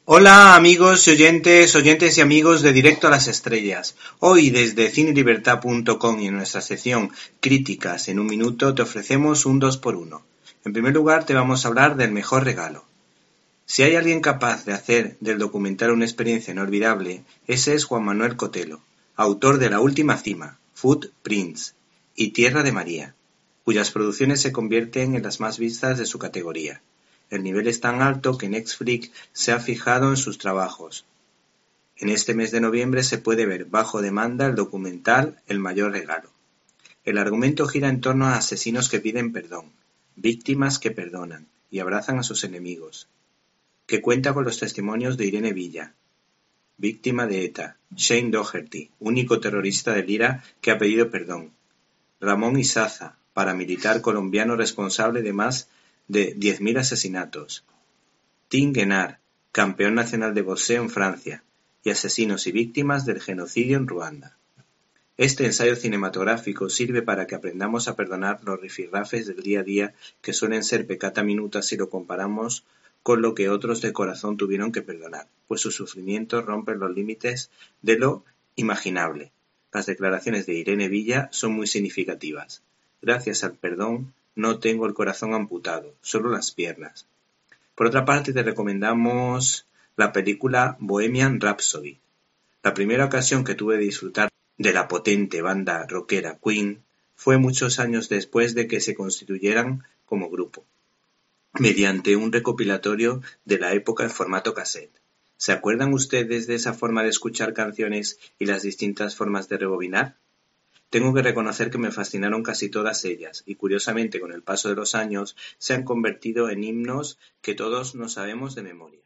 Hola amigos y oyentes y amigos de Directo a las Estrellas. Hoy desde cinelibertad.com y en nuestra sección Críticas en un minuto te ofrecemos un 2x1. En primer lugar te vamos a hablar del mejor regalo. Si hay alguien capaz de hacer del documental una experiencia inolvidable, ese es Juan Manuel Cotelo, autor de La Última Cima, Footprints y Tierra de María, cuyas producciones se convierten en las más vistas de su categoría. El nivel es tan alto que Netflix se ha fijado en sus trabajos. En este mes de noviembre se puede ver bajo demanda el documental El mayor regalo. El argumento gira en torno a asesinos que piden perdón, víctimas que perdonan y abrazan a sus enemigos, que cuenta con los testimonios de Irene Villa, víctima de ETA, Shane Doherty, único terrorista del IRA que ha pedido perdón, Ramón Isaza, paramilitar colombiano responsable de más de 10.000 asesinatos, Tim Guenard, campeón nacional de boxeo en Francia, y asesinos y víctimas del genocidio en Ruanda. Este ensayo cinematográfico sirve para que aprendamos a perdonar los rifirrafes del día a día que suelen ser peccata minuta si lo comparamos con lo que otros de corazón tuvieron que perdonar, pues sus sufrimientos rompen los límites de lo imaginable. Las declaraciones de Irene Villa son muy significativas. Gracias al perdón, no tengo el corazón amputado, solo las piernas. Por otra parte, te recomendamos la película Bohemian Rhapsody. La primera ocasión que tuve de disfrutar de la potente banda rockera Queen fue muchos años después de que se constituyeran como grupo, mediante un recopilatorio de la época en formato cassette. ¿Se acuerdan ustedes de esa forma de escuchar canciones y las distintas formas de rebobinar? Tengo que reconocer que me fascinaron casi todas ellas y curiosamente con el paso de los años se han convertido en himnos que todos nos sabemos de memoria.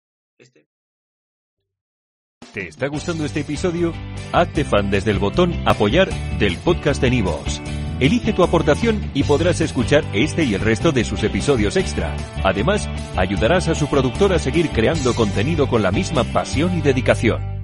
¿Te está gustando este episodio? Hazte fan desde el botón Apoyar del podcast de Nivos. Elige tu aportación y podrás escuchar este y el resto de sus episodios extra. Además, ayudarás a su productor a seguir creando contenido con la misma pasión y dedicación.